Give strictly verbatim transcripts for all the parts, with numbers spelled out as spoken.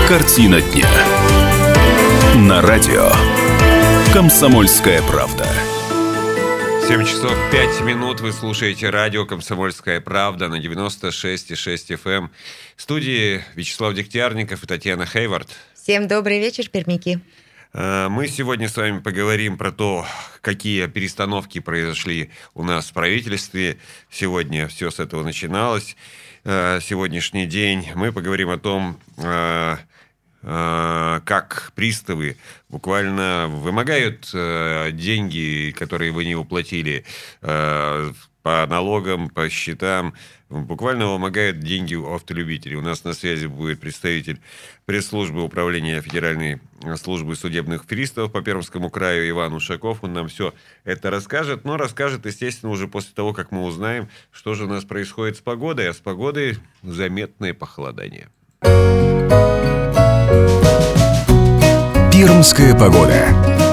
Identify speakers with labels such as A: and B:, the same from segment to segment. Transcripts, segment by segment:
A: Картина дня. На радио «Комсомольская правда».
B: семь часов пять минут. Вы слушаете радио «Комсомольская правда» на девяносто шесть и шесть эф эм. В студии Вячеслав Дегтярников и Татьяна Хейвард.
C: Всем добрый вечер, пермяки.
B: Мы сегодня с вами поговорим про то, какие перестановки произошли у нас в правительстве. Сегодня все с этого начиналось. Сегодняшний день мы поговорим о том, как приставы буквально вымогают деньги, которые вы не уплатили, по налогам, по счетам, буквально вымогают деньги у автолюбителей. У нас на связи будет представитель пресс-службы управления Федеральной службы судебных приставов по Пермскому краю Иван Ушаков. Он нам все это расскажет, но расскажет, естественно, уже после того, как мы узнаем, что же у нас происходит с погодой, а с погодой заметное похолодание.
A: Пермская погода.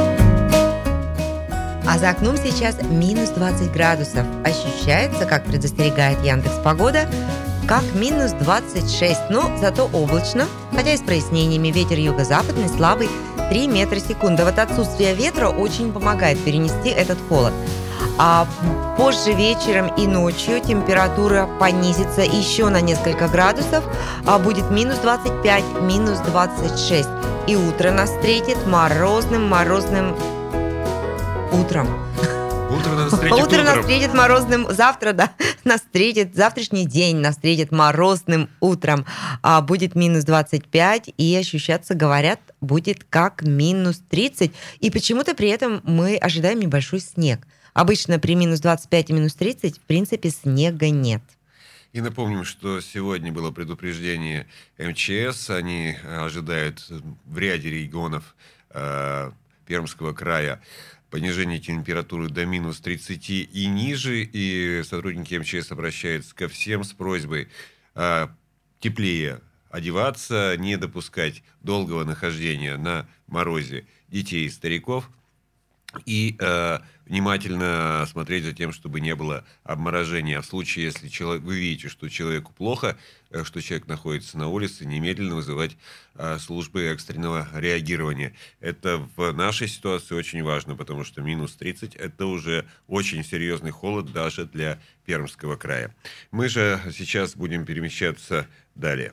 C: А за окном сейчас минус двадцать градусов. Ощущается, как предостерегает Яндекс.Погода, как минус двадцать шесть. Но зато облачно, хотя и с прояснениями. Ветер юго-западный слабый три метра в секунду. Вот отсутствие ветра очень помогает перенести этот холод. А позже вечером и ночью температура понизится еще на несколько градусов, а будет минус двадцать пять, минус двадцать шесть. И утро нас встретит морозным-морозным утром.
B: Утро нас встретит
C: Утро нас встретит морозным... Завтра, да, нас встретит... Завтрашний день нас встретит морозным утром. А будет минус двадцать пять, и ощущаться, говорят, будет как минус тридцать. И почему-то при этом мы ожидаем небольшой снег. Обычно при минус двадцать пять и минус тридцать, в принципе, снега нет.
B: И напомним, что сегодня было предупреждение эм че эс. Они ожидают в ряде регионов э, Пермского края понижение температуры до минус тридцати и ниже. И сотрудники эм че эс обращаются ко всем с просьбой э, теплее одеваться, не допускать долгого нахождения на морозе детей и стариков. И э, внимательно смотреть за тем, чтобы не было обморожения. А в случае, если человек, вы видите, что человеку плохо, э, что человек находится на улице, немедленно вызывать э, службы экстренного реагирования. Это в нашей ситуации очень важно, потому что минус тридцать – это уже очень серьезный холод даже для Пермского края. Мы же сейчас будем перемещаться далее.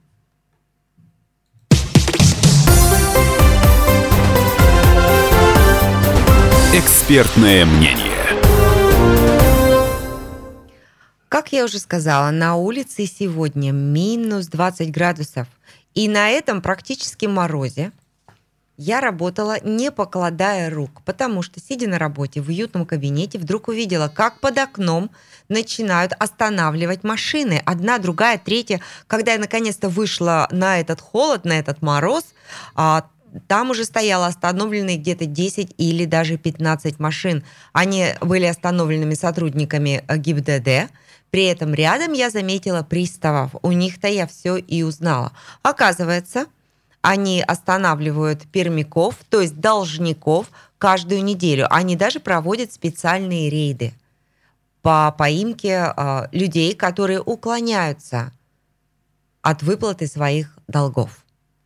A: Экспертное мнение.
C: Как я уже сказала, на улице сегодня минус двадцать градусов. И на этом практически морозе я работала, не покладая рук, потому что, сидя на работе в уютном кабинете, вдруг увидела, как под окном начинают останавливать машины. Одна, другая, третья. Когда я наконец-то вышла на этот холод, на этот мороз, там уже стояло остановленные где-то десять или даже пятнадцать машин. Они были остановленными сотрудниками ГИБДД. При этом рядом я заметила приставов. У них-то я все и узнала. Оказывается, они останавливают пермяков, то есть должников, каждую неделю. Они даже проводят специальные рейды по поимке э, людей, которые уклоняются от выплаты своих долгов.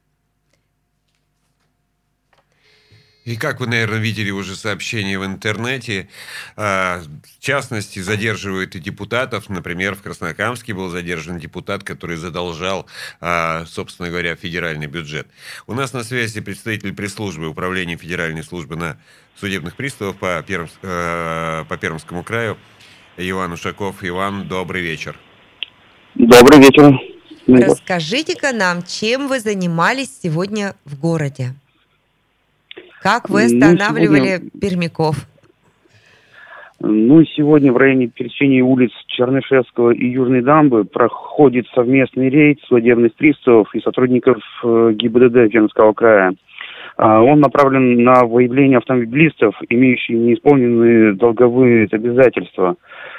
B: И как вы, наверное, видели уже сообщения в интернете, в частности, задерживают и депутатов. Например, в Краснокамске был задержан депутат, который задолжал, собственно говоря, федеральный бюджет. У нас на связи представитель пресс-службы управления Федеральной службы на судебных приставов по, Пермс, по Пермскому краю Иван Ушаков. Иван, добрый вечер.
D: Добрый вечер.
C: Расскажите-ка нам, чем вы занимались сегодня в городе? Как вы останавливали ну, сегодня, пермяков?
D: Ну, сегодня в районе пересечения улиц Чернышевского и Южной дамбы проходит совместный рейд судебных приставов и сотрудников ГИБДД Пермского края. Он направлен на выявление автомобилистов, имеющих неисполненные долговые обязательства.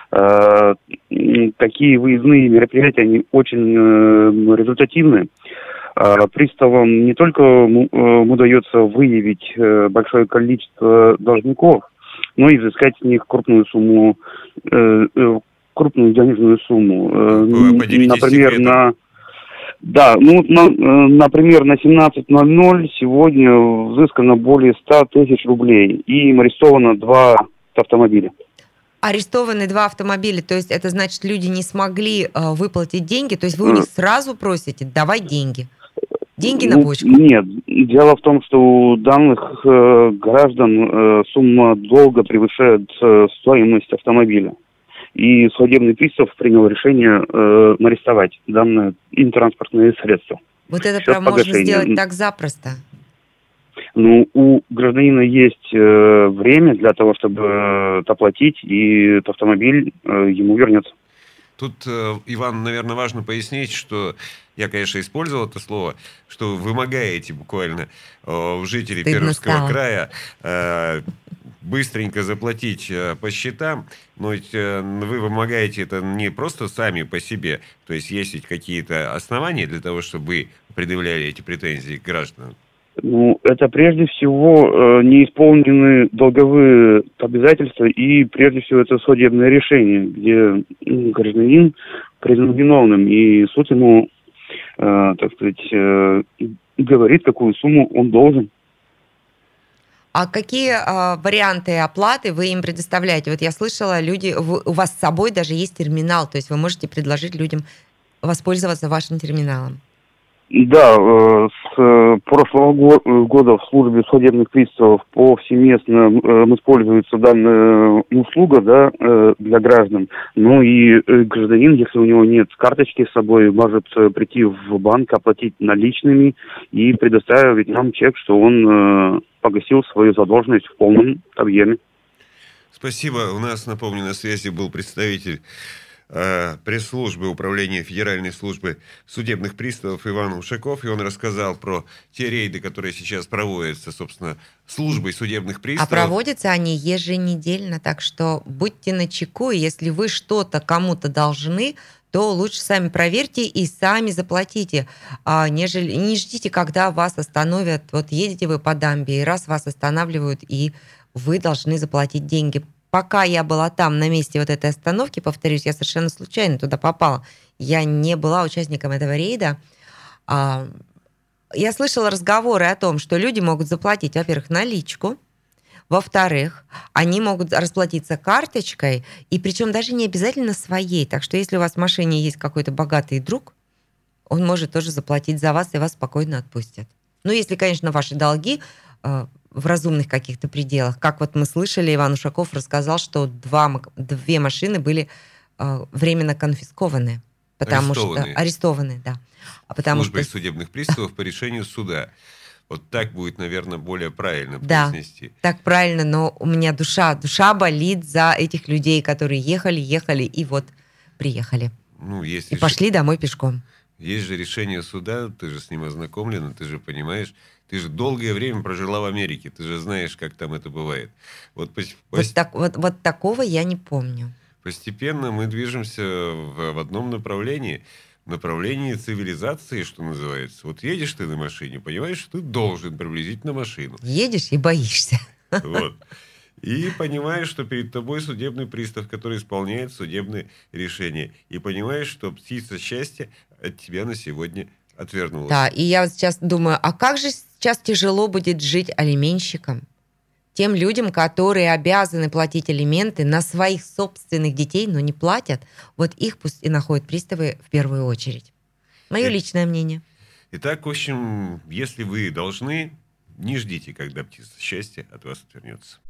D: Такие выездные мероприятия, они очень результативны. Приставам не только удается выявить большое количество должников, но и взыскать с них крупную сумму, крупную денежную сумму.
B: Поделитесь
D: Например,
B: секретом.
D: на Да, ну, на- э, например, на семнадцать ноль ноль сегодня взыскано более ста тысяч рублей и им арестовано два автомобиля.
C: Арестованы два автомобиля, то есть это значит, люди не смогли э, выплатить деньги, то есть вы у
D: Э.
C: них сразу просите давай деньги. Деньги на
D: Ну,
C: бочку.
D: нет, дело в том, что у данных э, граждан э, сумма долга превышает э, стоимость автомобиля. И судебный пристав принял решение э, арестовать данное им транспортное средство.
C: Вот это
D: Счет
C: прям можно
D: погашения.
C: сделать так запросто.
D: Ну, у гражданина есть э, время для того, чтобы э, оплатить, и этот автомобиль э, ему вернется.
B: Тут, э, Иван, наверное, важно пояснить, что я, конечно, использовал это слово, что вы вымогаете буквально э, у жителей
C: Стыдно
B: Пермского
C: стало.
B: края э, быстренько заплатить э, по счетам, но ведь э, вы вымогаете это не просто сами по себе, то есть есть ведь какие-то основания для того, чтобы вы предъявляли эти претензии к гражданам.
D: Ну, это прежде всего э, неисполненные долговые обязательства и прежде всего это судебное решение, где м, гражданин признан виновным, и суд ему, э, так сказать, э, говорит, какую сумму он должен.
C: А какие а, варианты оплаты вы им предоставляете? Вот я слышала, люди, вы- у вас с собой даже есть терминал, то есть вы можете предложить людям воспользоваться вашим терминалом.
D: Да, э, с э, прошлого го- э, года в службе судебных приставов повсеместно э, используется данная услуга, да, э, для граждан. Ну и э, гражданин, если у него нет карточки с собой, может э, прийти в банк, оплатить наличными и предоставить нам чек, что он э, погасил свою задолженность в полном объеме.
B: Спасибо. У нас, напомню, на связи был представитель э, пресс-службы Управления Федеральной службы судебных приставов Иван Ушаков, и он рассказал про те рейды, которые сейчас проводятся, собственно, службой судебных
C: А
B: приставов.
C: проводятся они еженедельно, так что будьте начеку, и если вы что-то кому-то должны, то лучше сами проверьте и сами заплатите, а, нежели не ждите, когда вас остановят. Вот едете вы по дамбе, и раз вас останавливают, и вы должны заплатить деньги. Пока я была там, на месте вот этой остановки, повторюсь, я совершенно случайно туда попала. Я не была участником этого рейда. А, Я слышала разговоры о том, что люди могут заплатить, во-первых, наличку, во-вторых, они могут расплатиться карточкой, и причем даже не обязательно своей. Так что если у вас в машине есть какой-то богатый друг, он может тоже заплатить за вас, и вас спокойно отпустят. Ну, если, конечно, ваши долги э, в разумных каких-то пределах. Как вот мы слышали, Иван Ушаков рассказал, что два, м- две машины были э, временно конфискованы. Потому
B: Арестованы.
C: что арестованы, да. А потому
B: Службой
C: что
B: судебных приставов по решению суда. Вот так будет, наверное, более правильно
C: Да.
B: произнести.
C: так правильно, но у меня душа, душа болит за этих людей, которые ехали, ехали и вот приехали.
B: Ну, есть,
C: И
B: реш-
C: пошли домой пешком.
B: есть же решение суда, ты же с ним ознакомлена, ты же понимаешь, ты же долгое время прожила в Америке, ты же знаешь, как там это бывает. Вот, пос-
C: Вот,
B: пос-
C: так, вот, вот такого я не помню.
B: постепенно мы движемся в, в одном направлении, в направлении цивилизации, что называется. Вот едешь ты на машине, понимаешь, что ты должен приблизительно машину.
C: Едешь и боишься.
B: Вот. И понимаешь, что перед тобой судебный пристав, который исполняет судебные решения. И понимаешь, что птица счастья от тебя на сегодня отвернулась.
C: Да, и я вот сейчас думаю, а как же сейчас тяжело будет жить алименщикам? Тем людям, которые обязаны платить алименты на своих собственных детей, но не платят, вот их пусть и находят приставы в первую очередь. Мое
B: И-
C: личное мнение.
B: Итак, в общем, если вы должны, не ждите, когда птица счастья от вас отвернется.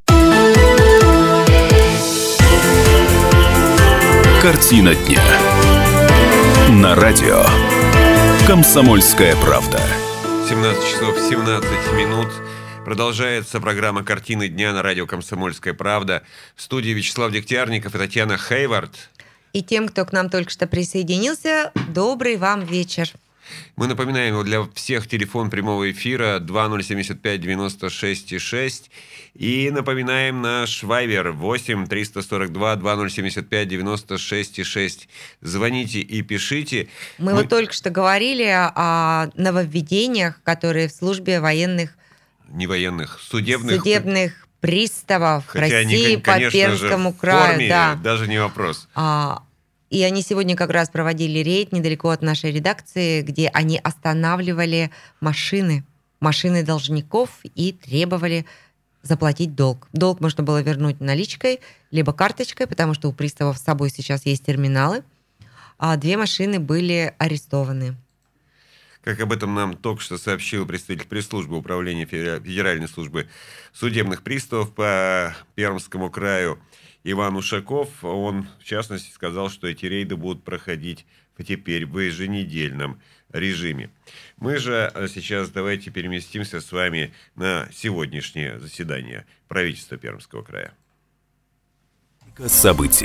A: Картина дня. На радио «Комсомольская правда».
B: семнадцать часов семнадцать минут. Продолжается программа «Картины дня» на радио «Комсомольская правда». В студии Вячеслав Дегтярников и Татьяна Хейвард.
C: И тем, кто к нам только что присоединился, добрый вам вечер.
B: Мы напоминаем, для всех телефон прямого эфира два ноль семь пять девяносто шесть шесть. И напоминаем наш вайбер восемь триста сорок два два ноль семь пять девяносто шесть шесть. Звоните и пишите.
C: Мы,
B: Мы-
C: вот только что говорили о нововведениях, которые в службе военных
B: Не военных, судебных.
C: судебных приставов
B: Хотя они,
C: России
B: кон-
C: по
B: конечно же,
C: Пермскому
B: в
C: краю.
B: форме,
C: Да.
B: даже не вопрос.
C: А, И они сегодня как раз проводили рейд недалеко от нашей редакции, где они останавливали машины, машины должников и требовали заплатить долг. Долг можно было вернуть наличкой, либо карточкой, потому что у приставов с собой сейчас есть терминалы. А две машины были арестованы.
B: Как об этом нам только что сообщил представитель пресс-службы Управления Федеральной службы судебных приставов по Пермскому краю Иван Ушаков. Он, в частности, сказал, что эти рейды будут проходить теперь в еженедельном режиме. Мы же сейчас давайте переместимся с вами на сегодняшнее заседание правительства Пермского края.
A: Событий.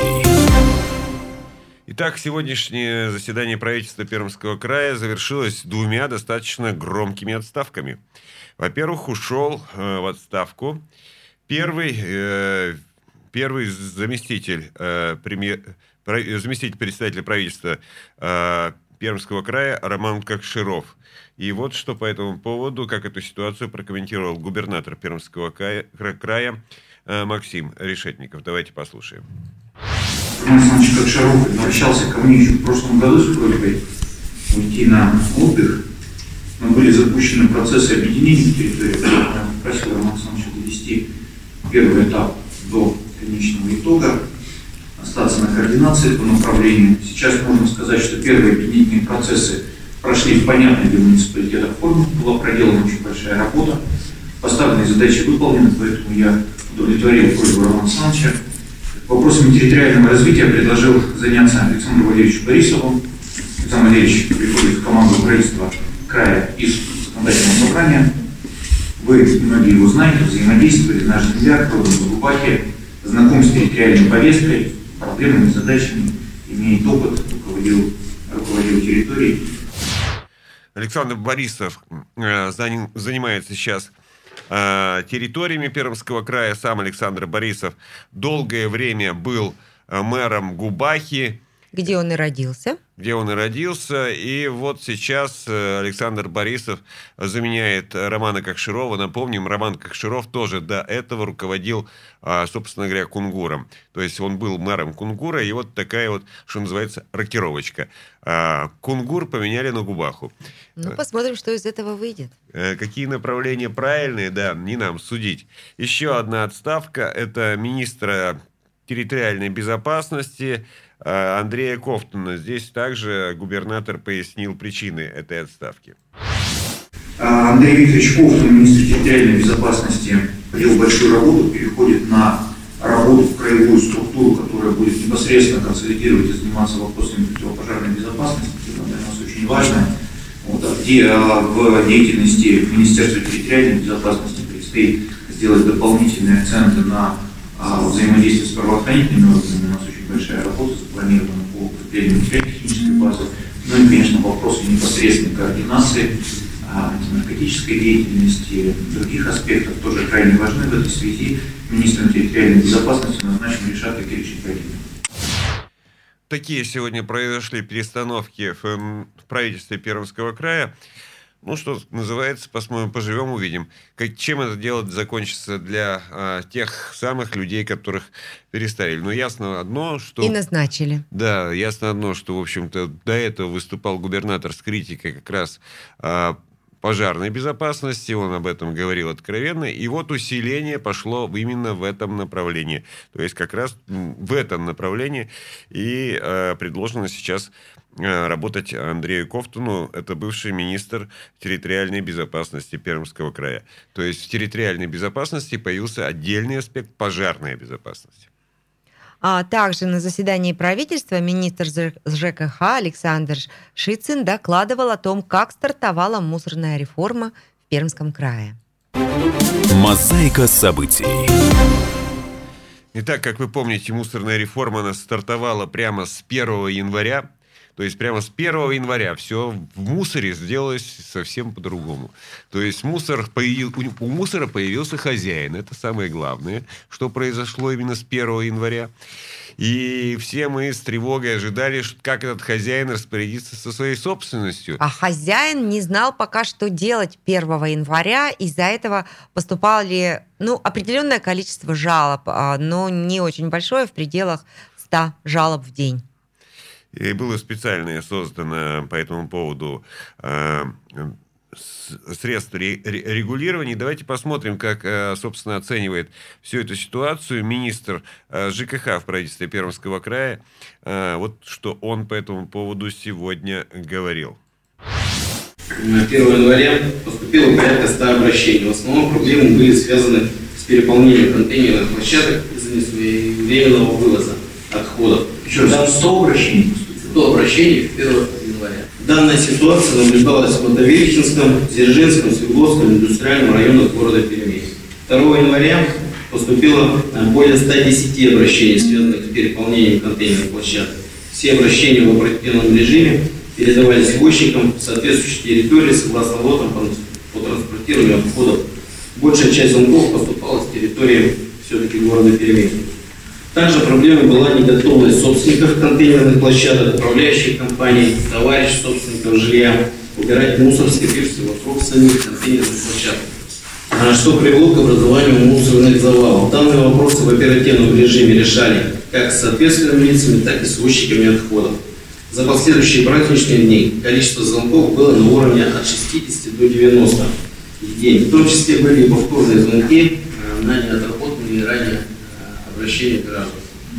B: Итак, сегодняшнее заседание правительства Пермского края завершилось двумя достаточно громкими отставками. Во-первых, ушел э, в отставку первый, э, первый заместитель, э, премьер, про, заместитель председателя правительства э, Пермского края Роман Кокширов. И вот что по этому поводу, как эту ситуацию прокомментировал губернатор Пермского края, края э, Максим Решетников. Давайте послушаем.
E: Роман Александрович Кокширов обращался ко мне еще в прошлом году с просьбой уйти на отдых. Но были запущены процессы объединения территории. Я попросил Романа Александровича довести первый этап до конечного итога, остаться на координации по направлению. Сейчас можно сказать, что первые объединительные процессы прошли в понятной для муниципалитета форме. Была проделана очень большая работа. Поставленные задачи выполнены, поэтому я удовлетворил просьбу Романа Александровича. Вопросами территориального развития предложил заняться Александру Валерьевичу Борисову. Александр Валерьевич приходит в команду правительства края из законодательного собрания. Вы многие его знаете, взаимодействовали, наш земляк, родом в Губахе, знаком с территориальной повесткой, проблемными задачами, имеет опыт, руководил, руководил территорией.
B: Александр Борисов э, заним, занимается сейчас э, территориями Пермского края. Сам Александр Борисов долгое время был э, мэром Губахи.
C: Где он и родился.
B: Где он и родился. И вот сейчас Александр Борисов заменяет Романа Кокширова. Напомним, Роман Кокширов тоже до этого руководил, собственно говоря, Кунгуром. То есть он был мэром Кунгура. И вот такая вот, что называется, рокировочка. Кунгур поменяли на Губаху.
C: Ну, посмотрим, что из этого выйдет.
B: Какие направления правильные, да, не нам судить. Еще одна отставка. Это министра территориальной безопасности Андрея Ковтуна. Здесь также губернатор пояснил причины этой отставки.
E: Андрей Викторович Ковтун, министр территориальной безопасности, проделал большую работу, переходит на работу в краевую структуру, которая будет непосредственно консолидировать и заниматься вопросами противопожарной безопасности. Это для нас очень важно. Вот, где в деятельности Министерства территориальной безопасности предстоит сделать дополнительные акценты на взаимодействие с правоохранительными органами. У нас очень большая работа запланирована по укреплению материально-технической базы. Ну и, конечно, вопросы непосредственной координации, наркотической деятельности, других аспектов тоже крайне важны. В этой связи министром территориальной безопасности назначен Ильшат Акилович Ибрагимов.
B: Такие сегодня произошли перестановки в правительстве Пермского края. Ну, что называется, посмотрим, поживем, увидим. Как, чем это дело закончится для а, тех самых людей, которых переставили. Но ясно одно, что...
C: И назначили.
B: Да, ясно одно, что, в общем-то, до этого выступал губернатор с критикой как раз а, пожарной безопасности. Он об этом говорил откровенно. И вот усиление пошло именно в этом направлении. То есть как раз в этом направлении и а, предложено сейчас работать Андрею Ковтуну. Это бывший министр территориальной безопасности Пермского края. То есть в территориальной безопасности появился отдельный аспект пожарной безопасности.
C: А также на заседании правительства министр ЖКХ Александр Шицын докладывал о том, как стартовала мусорная реформа в Пермском крае.
A: Мозаика событий.
B: Итак, как вы помните, мусорная реформа она стартовала прямо с первого января. То есть прямо с первого января все в мусоре сделалось совсем по-другому. То есть мусор, у мусора появился хозяин. Это самое главное, что произошло именно с первого января. И все мы с тревогой ожидали, как этот хозяин распорядится со своей собственностью.
C: А хозяин не знал пока, что делать первого января. Из-за этого поступали ну, определенное количество жалоб, но не очень большое, в пределах ста жалоб в день.
B: И было специально создано по этому поводу э, средств регулирования. Давайте посмотрим, как, собственно, оценивает всю эту ситуацию министр ЖКХ в правительстве Пермского края. Вот что он по этому поводу сегодня говорил.
F: первого января поступило порядка ста обращений. В основном проблемы были связаны с переполнением контейнерных площадок из-за несвоевременного вывоза отходов.
E: Еще раз, сто обращений поступило?
F: сто обращений первого января. Данная ситуация наблюдалась в Мотовилищенском, Дзержинском, Свердловском индустриальном районах города Перми. второго января поступило более ста десяти обращений, связанных с переполнением контейнерных площадок. Все обращения в оперативном режиме передавались извозчикам в соответствующей территории согласно лотам по транспортированию отходов. Большая часть звонков поступала с территории все-таки города Перми. Также проблемой была неготовность собственников контейнерных площадок, управляющих компаний, товарищей собственников жилья убирать мусор, скопившийся вокруг самих контейнерных площадок, что привело к образованию мусорных завалов. Данные вопросы в оперативном режиме решали как с ответственными лицами, так и с извозчиками отходов. За последующие праздничные дни количество звонков было на уровне от шестидесяти до девяноста в день. В том числе были и повторные звонки на неотработанные ранее обращения граждан.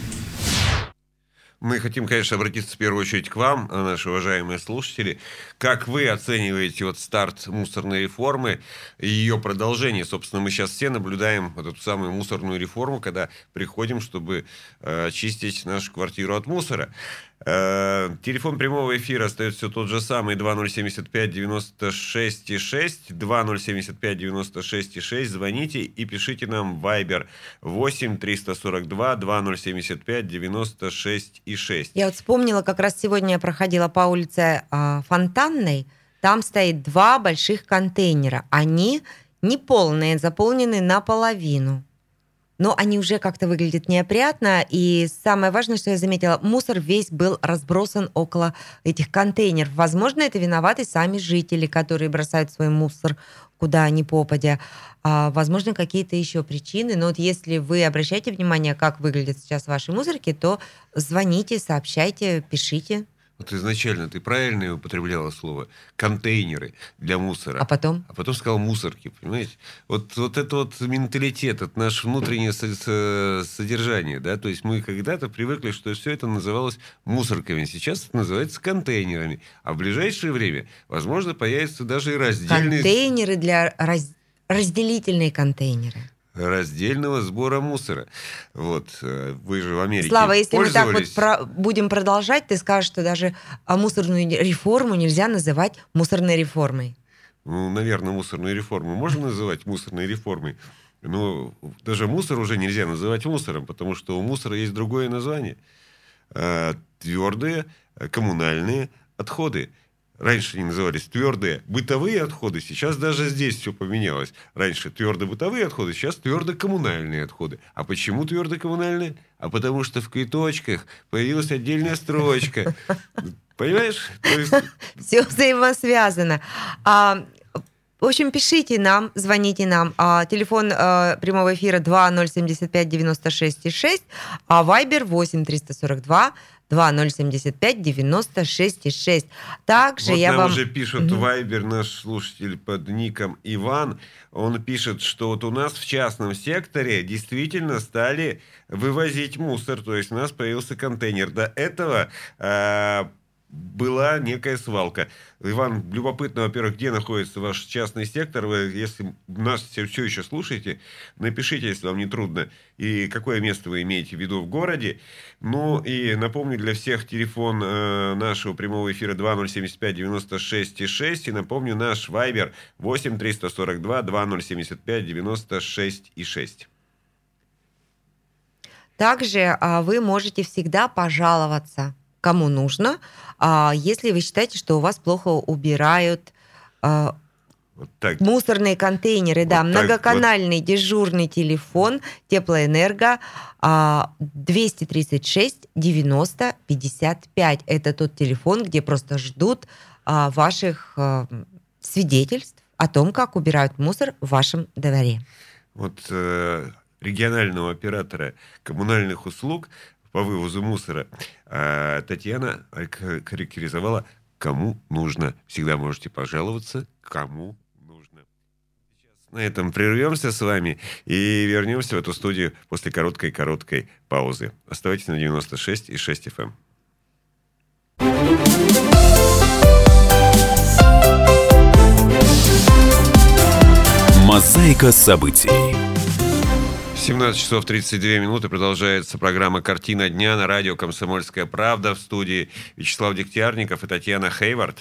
B: Мы хотим, конечно, обратиться в первую очередь к вам, наши уважаемые слушатели. Как вы оцениваете вот старт мусорной реформы и ее продолжение? Собственно, мы сейчас все наблюдаем вот эту самую мусорную реформу, когда приходим, чтобы э, очистить нашу квартиру от мусора. Э, телефон прямого эфира остается все тот же самый: два ноль семь пять девяносто шесть шесть, два ноль семь пять девяносто шесть шесть. Звоните и пишите нам в Viber восемь триста сорок два два ноль семь пять девяносто шесть шесть.
C: Я вот вспомнила, как раз сегодня я проходила по улице э, Фонтанной. Там стоит два больших контейнера. Они не полные, заполнены наполовину. Но они уже как-то выглядят неопрятно. И самое важное, что я заметила, мусор весь был разбросан около этих контейнеров. Возможно, это виноваты сами жители, которые бросают свой мусор куда ни попадя. А, возможно, какие-то еще причины. Но вот если вы обращаете внимание, как выглядят сейчас ваши мусорки, то звоните, сообщайте, пишите.
B: Вот изначально ты правильно употребляла слово «контейнеры для мусора».
C: А потом?
B: А потом сказал «мусорки», понимаете? Вот, вот это вот менталитет, это наше внутреннее содержание, да? То есть мы когда-то привыкли, что все это называлось мусорками. Сейчас это называется контейнерами. А в ближайшее время, возможно, появятся даже и раздельные...
C: Контейнеры для... Раз... Разделительные контейнеры.
B: Раздельного сбора мусора. Вот, вы же в Америке
C: Слава, если мы так
B: пользовались...
C: вот про- будем продолжать, ты скажешь, что даже мусорную реформу нельзя называть мусорной реформой.
B: Ну, наверное, мусорную реформу можно называть мусорной реформой. Но даже мусор уже нельзя называть мусором, потому что у мусора есть другое название. Твердые коммунальные отходы. Раньше они назывались твердые бытовые отходы, сейчас даже здесь все поменялось. Раньше твердые бытовые отходы, сейчас твердые коммунальные отходы. А почему твердые коммунальные? А потому что в квиточках появилась отдельная строчка. Понимаешь? Есть...
C: Все взаимосвязано. А, в общем, пишите нам, звоните нам. А, телефон а, прямого эфира два ноль семь пять девяносто шесть шесть, а Viber восемь триста сорок два два ноль семь пять девяносто шесть шесть. Также
B: вот
C: я
B: нам
C: вам...
B: уже пишет
C: угу.
B: Вайбер, наш слушатель под ником Иван. Он пишет, что вот у нас в частном секторе действительно стали вывозить мусор. То есть у нас появился контейнер. До этого... Э- была некая свалка. Иван, любопытно, во-первых, где находится ваш частный сектор. Вы, если нас все, все еще слушаете, напишите, если вам не трудно, и какое место вы имеете в виду в городе. Ну и напомню для всех телефон э, нашего прямого эфира два ноль семь пять девяносто шесть шесть. И напомню, наш Вайбер восемь триста сорок два два ноль семь пять девяносто шесть шесть.
C: Также а, вы можете всегда пожаловаться, кому нужно, если вы считаете, что у вас плохо убирают вот так. Мусорные контейнеры. Вот да, многоканальный вот. Дежурный телефон Теплоэнерго двести тридцать шесть девяносто пятьдесят пять. Это тот телефон, где просто ждут ваших свидетельств о том, как убирают мусор в вашем дворе.
B: Вот э, регионального оператора коммунальных услуг по вывозу мусора. А Татьяна характеризовала, кому нужно. Всегда можете пожаловаться, кому нужно. Сейчас на этом прервемся с вами и вернемся в эту студию после короткой-короткой паузы. Оставайтесь на девяносто шесть и шесть эф эм.
A: Мозаика событий.
B: семнадцать часов тридцать две минуты. Продолжается программа «Картина дня» на радио «Комсомольская правда». В студии Вячеслав Дегтярников и Татьяна Хейвард.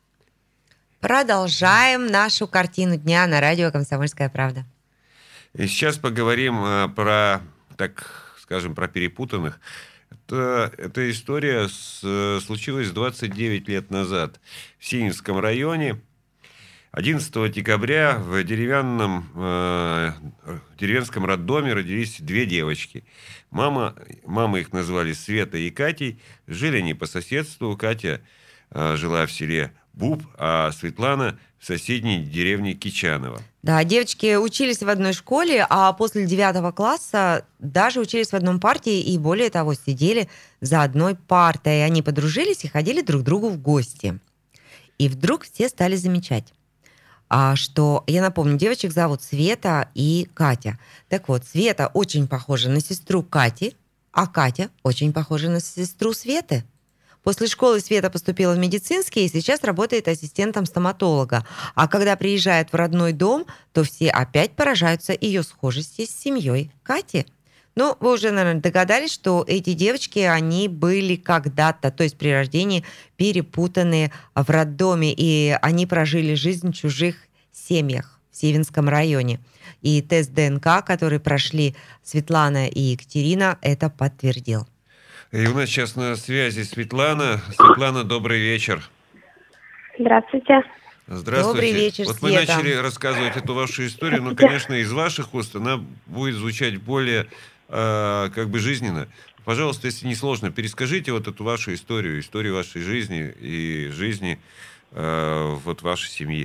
C: Продолжаем нашу картину дня на радио «Комсомольская правда».
B: И сейчас поговорим а, про, так скажем, про перепутанных. Это, эта история с, случилась двадцать девять лет назад в Синевском районе. одиннадцатого декабря в деревянном, э, деревенском роддоме родились две девочки. Мама, мамы их назвали Света и Катей. Жили они по соседству. Катя э, жила в селе Буб, а Светлана в соседней деревне Кичаново.
C: Да, девочки учились в одной школе, а после девятого класса даже учились в одном партии и, более того, сидели за одной партой. Они подружились и ходили друг к другу в гости. И вдруг все стали замечать, а что, я напомню, девочек зовут Света и Катя. Так вот, Света очень похожа на сестру Кати, а Катя очень похожа на сестру Светы. После школы Света поступила в медицинский и сейчас работает ассистентом стоматолога. А когда приезжает в родной дом, то все опять поражаются ее схожести с семьей Кати. Ну, вы уже, наверное, догадались, что эти девочки, они были когда-то, то есть при рождении, перепутаны в роддоме, и они прожили жизнь в чужих семьях в Сивинском районе. И тест ДНК, который прошли Светлана и Екатерина, это подтвердил.
B: И у нас сейчас на связи Светлана. Светлана, добрый вечер.
G: Здравствуйте.
B: Здравствуйте.
C: Добрый вечер,
B: Вот
C: Света.
B: мы начали рассказывать эту вашу историю, но, конечно, из ваших уст она будет звучать более э, как бы жизненно. Пожалуйста, если не сложно, перескажите вот эту вашу историю, историю вашей жизни и жизни э, вот вашей семьи.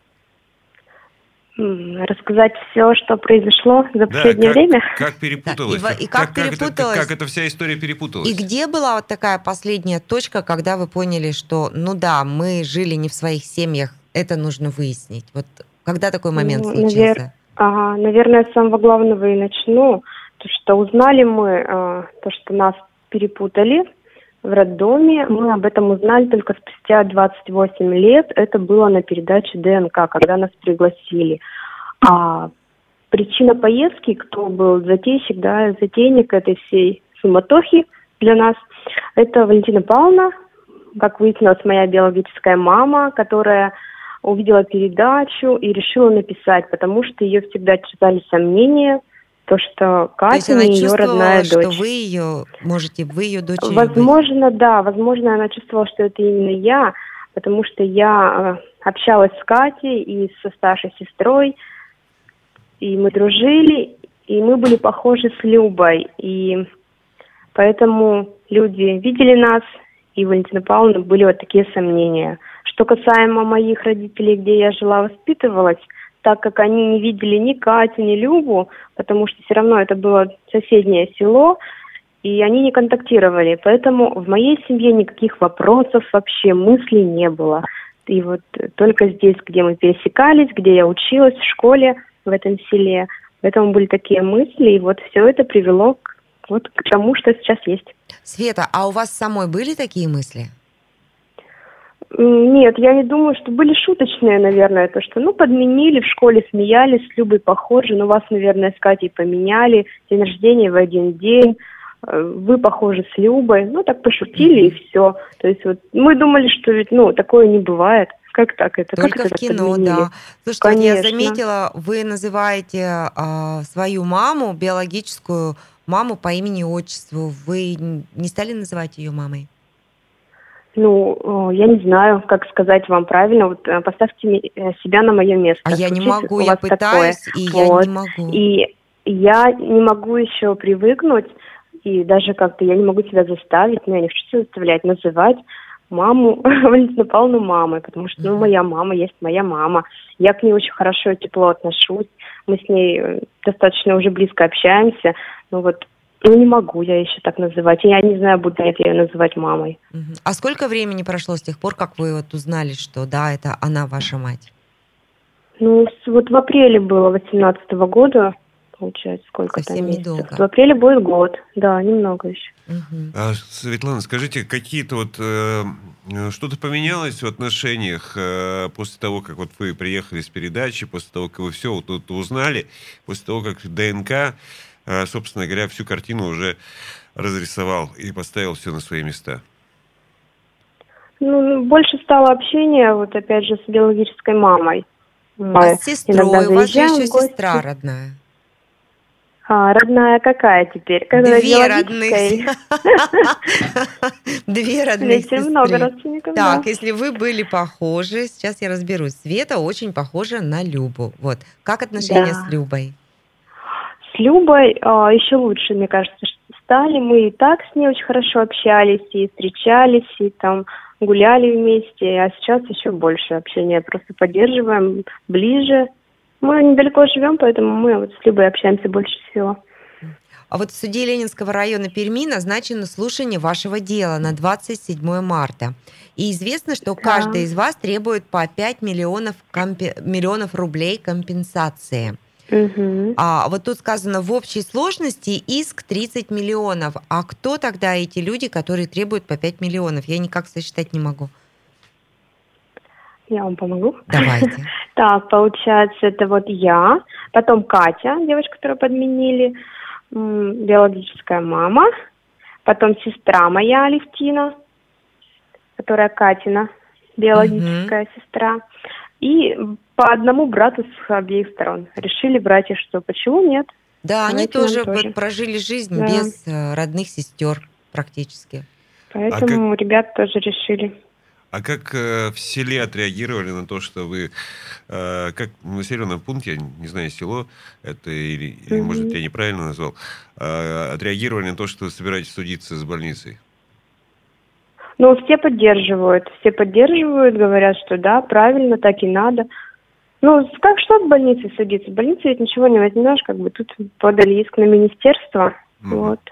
G: Рассказать все, что произошло за последнее
B: да, как,
G: время.
B: Как перепуталось?
C: Да, и, и как,
B: как,
C: перепуталось?
B: Как, это, как эта вся история перепуталась?
C: И где была вот такая последняя точка, когда вы поняли, что, ну да, мы жили не в своих семьях, это нужно выяснить? Вот когда такой момент
G: ну,
C: случился?
G: Навер... Ага, наверное, с самого главного и начну. То, что узнали мы, э, то, что нас перепутали в роддоме, мы об этом узнали только спустя двадцать восемь лет. Это было на передаче ДНК, когда нас пригласили. А причина поездки, кто был затейщик, да, затейник этой всей суматохи для нас, это Валентина Павловна, как выяснилось, моя биологическая мама, которая увидела передачу и решила написать, потому что ее всегда терзали сомнения, то, что Катя не ее родная дочь.
C: То есть она чувствовала, что вы ее, можете, вы ее дочерью
G: Возможно, быть. Да, возможно, она чувствовала, что это именно я, потому что я общалась с Катей и со старшей сестрой, и мы дружили, и мы были похожи с Любой, и поэтому люди видели нас, и у Валентины Павловны были вот такие сомнения. Что касаемо моих родителей, где я жила, воспитывалась, так как они не видели ни Катю, ни Любу, потому что все равно это было соседнее село, и они не контактировали. Поэтому в моей семье никаких вопросов, вообще мыслей не было. И вот только здесь, где мы пересекались, где я училась в школе в этом селе, поэтому были такие мысли, и вот все это привело к, вот, к тому, что сейчас есть.
C: Света, а у вас самой были такие мысли?
G: Нет, я не думаю, что были шуточные, наверное, то, что, ну, подменили, в школе смеялись, с Любой похожи, но вас, наверное, с Катей поменяли, день рождения в один день, вы похожи с Любой, ну, так пошутили и все. То есть вот мы думали, что ведь, ну, такое не бывает. Как так это?
C: Только
G: как
C: в
G: это
C: кино,
G: подменили?
C: да. Слушайте, вот
G: Конечно.
C: я заметила, вы называете а, свою маму, биологическую маму по имени-отчеству. Вы не стали называть ее мамой?
G: Ну, я не знаю, как сказать вам правильно. Вот поставьте себя на мое место.
C: А я не могу,
G: у
C: я
G: вас
C: пытаюсь,
G: такое.
C: и
G: вот.
C: я не могу.
G: И я не могу еще привыкнуть, и даже как-то я не могу себя заставить, но я не хочу себя заставлять называть маму Валентину Павловну мамой, потому что, ну, моя мама есть моя мама. Я к ней очень хорошо и тепло отношусь. Мы с ней достаточно уже близко общаемся. Ну вот Ну, не могу я еще так называть. Я не знаю, буду ли я ее называть мамой.
C: Мгм. А сколько времени прошло с тех пор, как вы вот узнали, что да, это она ваша мать?
G: Ну, с- вот в апреле было восемнадцатого года, получается, сколько там
C: Совсем
G: месяцев.
C: недолго.
G: В апреле будет год, да, немного еще.
C: Мгм.
B: А, Светлана, скажите, какие-то вот э, э, что-то поменялось в отношениях э, после того, как вот вы приехали с передачи, после того, как вы все вот тут узнали, после того, как ДНК, э, собственно говоря, всю картину уже разрисовал и поставил все на свои места?
G: Ну, ну, больше стало общения, вот опять же, с биологической мамой.
C: А
G: Мы
C: с сестрой?
G: иногда
C: У вас же
G: заезжаем
C: еще
G: в гости.
C: сестра родная.
G: А, родная какая теперь? Когда
C: Две родных.
G: биологическая?
C: Две родных
G: Теперь много
C: сестры.
G: родственников, да.
C: Так, если вы были похожи, сейчас я разберусь. Света очень похожа на Любу. Вот. Как отношения с
G: Да.
C: Любой?
G: С Любой а, еще лучше, мне кажется, что стали. Мы и так с ней очень хорошо общались, и встречались, и там гуляли вместе. А сейчас еще больше общения. Просто поддерживаем ближе. Мы недалеко живем, поэтому мы вот с Любой общаемся больше всего.
C: А вот в суде Ленинского района Перми назначено слушание вашего дела на двадцать седьмое марта. И известно, что
G: Да.
C: каждый из вас требует по пять миллионов, компе- миллионов рублей компенсации.
G: Мгм.
C: А вот тут сказано, в общей сложности иск тридцать миллионов. А кто тогда эти люди, которые требуют по пять миллионов? Я никак сосчитать не могу.
G: Я вам помогу.
C: Давайте.
G: Так, получается, это вот я, потом Катя, девочка, которую подменили, м, биологическая мама, потом сестра моя, Алевтина, которая Катина, биологическая сестра, и по одному брату с обеих сторон. Решили братья, что почему нет?
C: Да, они
G: Давайте нам
C: тоже
G: тоже.
C: вот прожили жизнь
G: Да.
C: без э, родных сестер практически.
G: Поэтому ребята тоже решили.
B: А как э, в селе отреагировали на то, что вы, э, как в населенном пункте, я не знаю, село это или, или,
G: Мгм.
B: может, я неправильно назвал, э, отреагировали на то, что вы собираетесь судиться с больницей?
G: Ну, все поддерживают, все поддерживают, говорят, что да, правильно, так и надо. Ну, как что в больнице судиться? В больнице ведь ничего не возьмешь, как бы тут подали иск на министерство,
B: Мгм.
G: вот.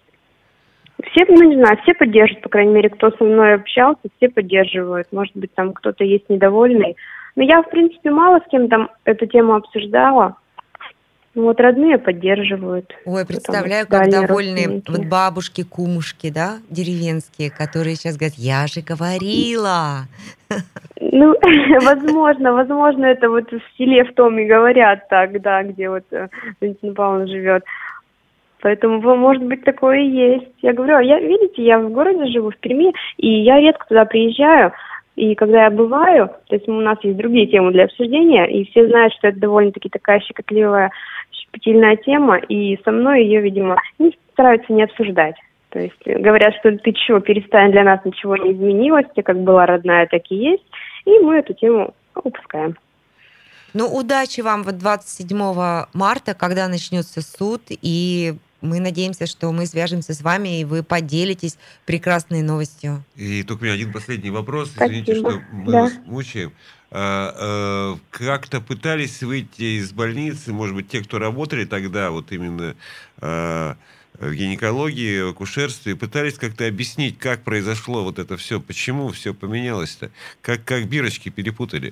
G: Все, ну, не знаю, все поддерживают, по крайней мере, кто со мной общался, все поддерживают. Может быть, там кто-то есть недовольный. Но я, в принципе, мало с кем там эту тему обсуждала. Ну, вот родные поддерживают.
C: Ой,
G: Потом
C: представляю,
G: вот
C: как
G: дальние
C: довольны
G: родственники.
C: вот бабушки, кумушки, да, деревенские, которые сейчас говорят, я же говорила.
G: Ну, возможно, возможно, это вот в селе в том и говорят так, да, где вот э, Валентина Павловна живет. Поэтому, во- может быть, такое и есть. Я говорю, а я, видите, я в городе живу, в Перми, и я редко туда приезжаю, и когда я бываю, то есть у нас есть другие темы для обсуждения, и все знают, что это довольно-таки такая щекотливая, щепетильная тема, и со мной ее, видимо, не стараются не обсуждать. То есть э, говорят, что ты чего, перестань, для нас ничего не изменилось, ты как была родная, так и есть, и мы эту тему упускаем.
C: Ну, удачи вам вот двадцать седьмого марта, когда начнется суд, и мы надеемся, что мы свяжемся с вами, и вы поделитесь прекрасной новостью.
B: И только у меня один последний вопрос. Извините,
G: Спасибо.
B: что мы
G: Да.
B: вас мучаем. А, э, как-то пытались выйти из больницы, может быть, те, кто работали тогда, вот именно э, в гинекологии, в акушерстве, пытались как-то объяснить, как произошло вот это все, почему все поменялось-то, как, как бирочки перепутали.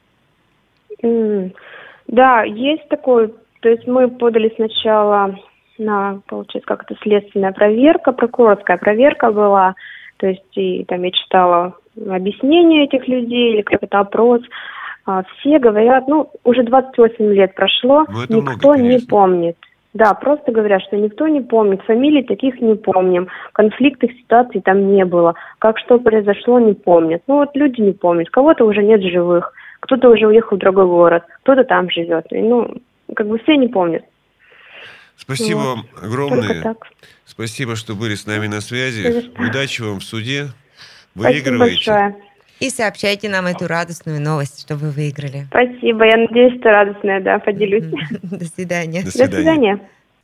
G: М, Да, есть такой. То есть мы подали сначала на, получается, как это следственная проверка, прокурорская проверка была. То есть и там я читала объяснения этих людей, или какой-то опрос. А, Все говорят, ну, уже двадцать восемь лет прошло,
B: Ну, это много,
G: никто не
B: конечно.
G: помнит. Да, просто говорят, что никто не помнит, фамилий таких не помним, конфликтных ситуаций там не было, как что произошло, не помнят. Ну вот люди не помнят, кого-то уже нет в живых, кто-то уже уехал в другой город, кто-то там живет. И, ну, как бы все не помнят.
B: Спасибо
G: Вот.
B: вам
G: Только
B: огромное.
G: так.
B: Спасибо, что были с нами на связи.
G: Пожалуйста.
B: Удачи вам в суде.
G: Спасибо
B: Выигрывайте.
G: большое.
C: И сообщайте нам эту радостную новость, что вы выиграли.
G: Спасибо, я надеюсь, что радостная, да, поделюсь.
C: Мгм. До свидания.
B: До
G: До
B: свидания.
G: свидания.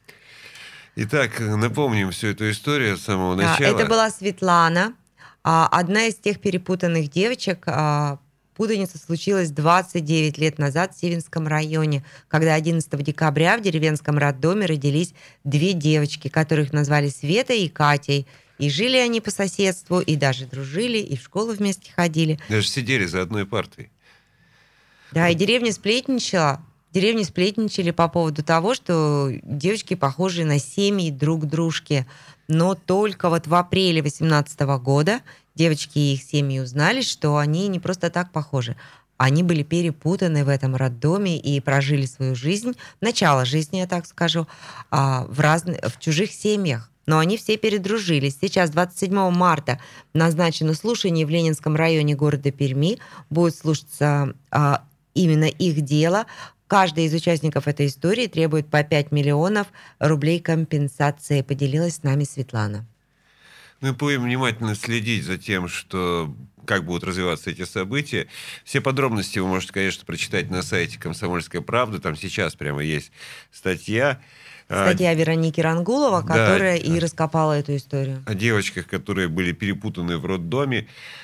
B: Итак, напомним всю эту историю с самого
C: Да,
B: начала.
C: это была Светлана, а, одна из тех перепутанных девочек, а, путаница случилась двадцать девять лет назад в Сивинском районе, когда одиннадцатого декабря в деревенском роддоме родились две девочки, которых назвали Светой и Катей. И жили они по соседству, и даже дружили, и в школу вместе ходили.
B: Даже сидели за одной партой.
C: Да, и деревня сплетничала. Деревни сплетничали по поводу того, что девочки похожи на семьи друг дружки. Но только вот в апреле восемнадцатого года девочки и их семьи узнали, что они не просто так похожи. Они были перепутаны в этом роддоме и прожили свою жизнь, начало жизни, я так скажу, в, разных, в чужих семьях. Но они все передружились. Сейчас, двадцать седьмого марта, назначено слушание в Ленинском районе города Перми. Будет слушаться а, именно их дело. Каждый из участников этой истории требует по пять миллионов рублей компенсации. Поделилась с нами Светлана.
B: Мы будем внимательно следить за тем, что, как будут развиваться эти события. Все подробности вы можете, конечно, прочитать на сайте «Комсомольская правда». Там сейчас прямо есть статья.
C: Статья Вероники Рангулова, которая да, и раскопала эту историю.
B: О девочках, которые были перепутаны в роддоме.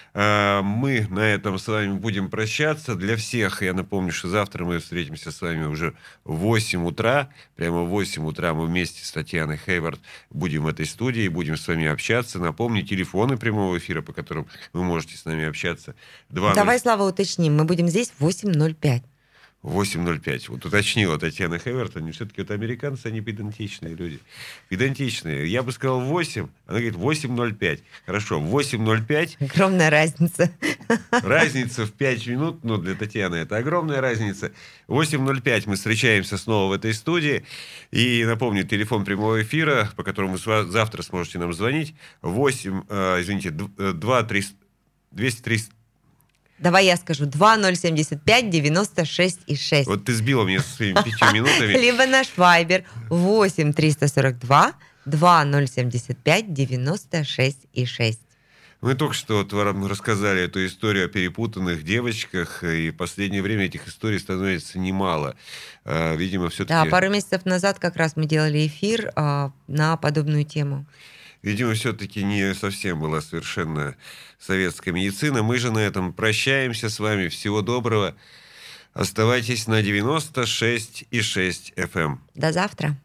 B: Мы на этом с вами будем прощаться. Для всех, я напомню, что завтра мы встретимся с вами уже в восемь утра. Прямо в восемь утра мы вместе с Татьяной Хейвард будем в этой студии, будем с вами общаться. Напомню, телефоны прямого эфира, по которым вы можете с нами общаться. два
C: Давай, Слава, уточним. Мы будем здесь в восемь ноль пять.
B: восемь ноль пять. Вот уточнила Татьяна Хейвард, они все-таки вот американцы, они педантичные люди. Педантичные. Я бы сказал восемь, она говорит восемь ноль пять. Хорошо, восемь ноль пять.
C: Огромная разница.
B: Разница в пять минут, ну, для Татьяны это огромная разница. восемь ноль пять мы встречаемся снова в этой студии. И напомню, телефон прямого эфира, по которому вы завтра сможете нам звонить. восемь, э, извините, два триста двести тридцать.
C: Давай я скажу. два ноль семьдесят пять девяносто шесть и шесть.
B: Вот ты сбила меня со своими пятью минутами.
C: Либо наш вайбер восемь триста сорок два два ноль семьдесят пять девяносто шесть и шесть.
B: Мы только что вот вам рассказали эту историю о перепутанных девочках, и в последнее время этих историй становится немало. Видимо, все-таки...
C: Да, пару месяцев назад как раз мы делали эфир а, на подобную тему.
B: Видимо, все-таки не совсем была совершенно советская медицина. Мы же на этом прощаемся с вами. Всего доброго. Оставайтесь на девяносто шесть и шесть эф эм.
C: До завтра.